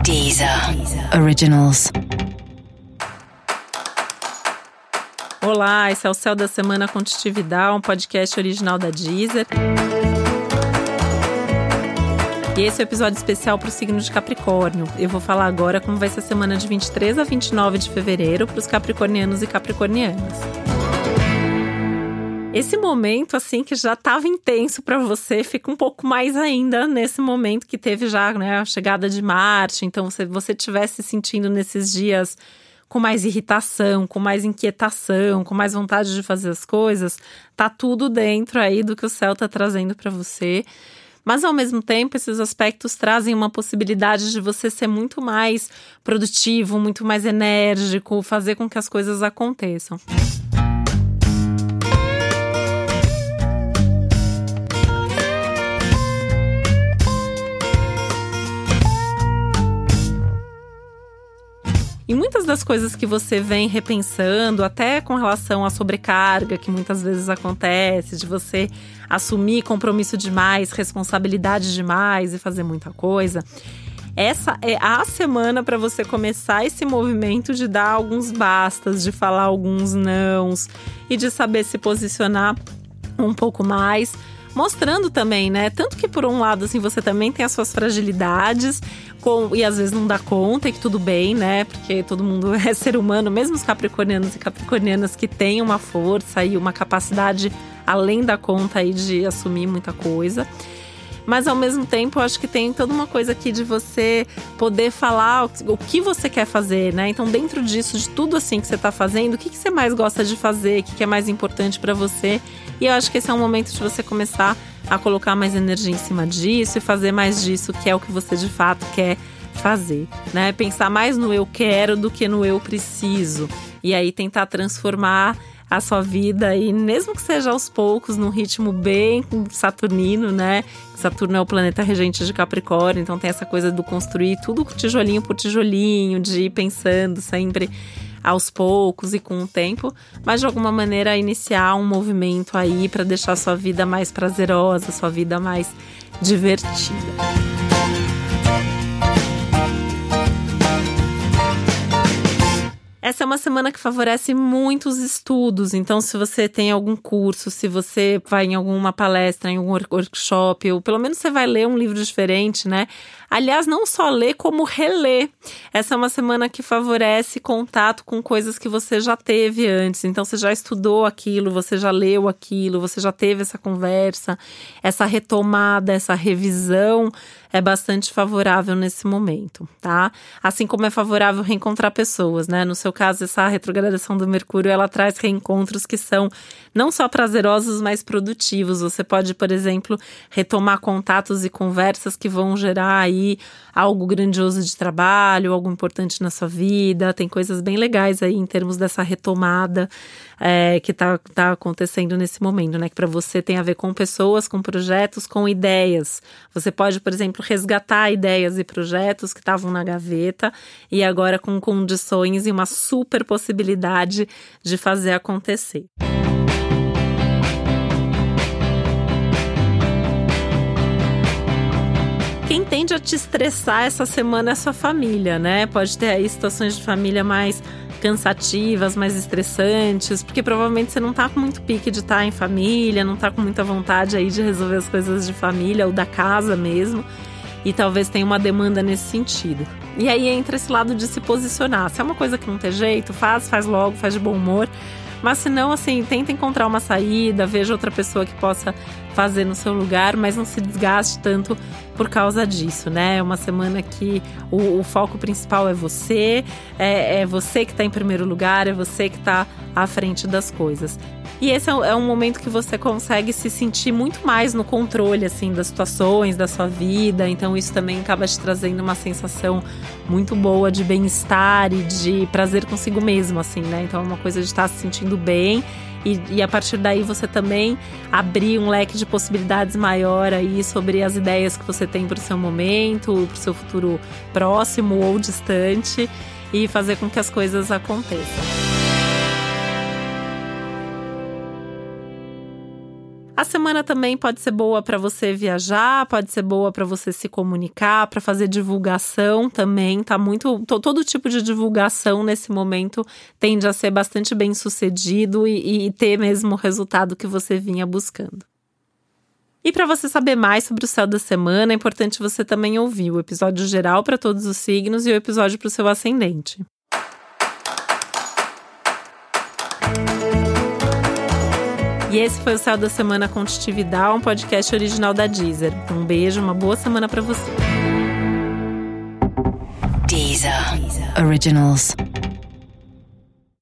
Deezer Originals. Olá, esse é o Céu da Semana com Titi Vidal, um podcast original da Deezer. E esse é o episódio especial para o signo de Capricórnio. Eu vou falar agora como vai ser a semana de 23 a 29 de fevereiro para os capricornianos e capricornianas. Esse momento, assim, que já estava intenso para você, fica um pouco mais ainda nesse momento que teve já, né, a chegada de Marte. Então, se você estivesse sentindo nesses dias com mais irritação, com mais inquietação, com mais vontade de fazer as coisas, tá tudo dentro aí do que o céu tá trazendo para você. Mas, ao mesmo tempo, esses aspectos trazem uma possibilidade de você ser muito mais produtivo, muito mais enérgico, fazer com que as coisas aconteçam. E muitas das coisas que você vem repensando, até com relação à sobrecarga que muitas vezes acontece, de você assumir compromisso demais, responsabilidade demais e fazer muita coisa, essa é a semana para você começar esse movimento de dar alguns bastas, de falar alguns nãos e de saber se posicionar um pouco mais. Mostrando também, né? Tanto que por um lado, assim, você também tem as suas fragilidades e às vezes não dá conta e que tudo bem, né? Porque todo mundo é ser humano, mesmo os capricornianos e capricornianas que têm uma força e uma capacidade além da conta aí de assumir muita coisa. Mas, ao mesmo tempo, eu acho que tem toda uma coisa aqui de você poder falar o que você quer fazer, né? Então, dentro disso, de tudo assim que você tá fazendo, o que você mais gosta de fazer, o que é mais importante para você. E eu acho que esse é um momento de você começar a colocar mais energia em cima disso e fazer mais disso, que é o que você de fato quer fazer, né? Pensar mais no eu quero do que no eu preciso. E aí tentar transformar a sua vida, e mesmo que seja aos poucos, num ritmo bem saturnino, né? Saturno é o planeta regente de Capricórnio, então tem essa coisa do construir tudo tijolinho por tijolinho, de ir pensando sempre aos poucos e com o tempo, mas de alguma maneira iniciar um movimento aí para deixar a sua vida mais prazerosa, a sua vida mais divertida. Essa é uma semana que favorece muitos estudos, então se você tem algum curso, se você vai em alguma palestra, em algum workshop, ou pelo menos você vai ler um livro diferente, né? Aliás, não só ler, como reler. Essa é uma semana que favorece contato com coisas que você já teve antes. Então, você já estudou aquilo, você já leu aquilo, você já teve essa conversa, essa retomada, essa revisão é bastante favorável nesse momento, tá? Assim como é favorável reencontrar pessoas, né? No seu caso, essa retrogradação do Mercúrio, ela traz reencontros que são não só prazerosos, mas produtivos. Você pode, por exemplo, retomar contatos e conversas que vão gerar aí algo grandioso de trabalho, algo importante na sua vida. Tem coisas bem legais aí em termos dessa retomada que tá acontecendo nesse momento, né? Que para você tem a ver com pessoas, com projetos, com ideias. Você pode, por exemplo, resgatar ideias e projetos que estavam na gaveta e agora com condições e uma super possibilidade de fazer acontecer. Quem tende a te estressar essa semana é a sua família, né? Pode ter aí situações de família mais cansativas, mais estressantes, porque provavelmente você não tá com muito pique de estar em família, não tá com muita vontade aí de resolver as coisas de família ou da casa mesmo, e talvez tenha uma demanda nesse sentido. E aí entra esse lado de se posicionar. Se é uma coisa que não tem jeito, faz logo, faz de bom humor. Mas se não, assim, tenta encontrar uma saída, veja outra pessoa que possa fazer no seu lugar, mas não se desgaste tanto por causa disso, né? É uma semana que o foco principal é você que está em primeiro lugar, é você que está à frente das coisas. E esse é um momento que você consegue se sentir muito mais no controle, assim, das situações, da sua vida. Então isso também acaba te trazendo uma sensação muito boa de bem-estar e de prazer consigo mesmo, assim, né? Então é uma coisa de estar se sentindo bem e a partir daí você também abrir um leque de possibilidades maior aí sobre as ideias que você tem para o seu momento, para o seu futuro próximo ou distante e fazer com que as coisas aconteçam. A semana também pode ser boa para você viajar, pode ser boa para você se comunicar, para fazer divulgação também. Tá muito, todo tipo de divulgação nesse momento tende a ser bastante bem sucedido e ter mesmo o resultado que você vinha buscando. E para você saber mais sobre o céu da semana, é importante você também ouvir o episódio geral para todos os signos e o episódio para o seu ascendente. E esse foi o Céu da Semana com Titi Vidal, um podcast original da Deezer. Um beijo, uma boa semana pra você. Deezer Originals.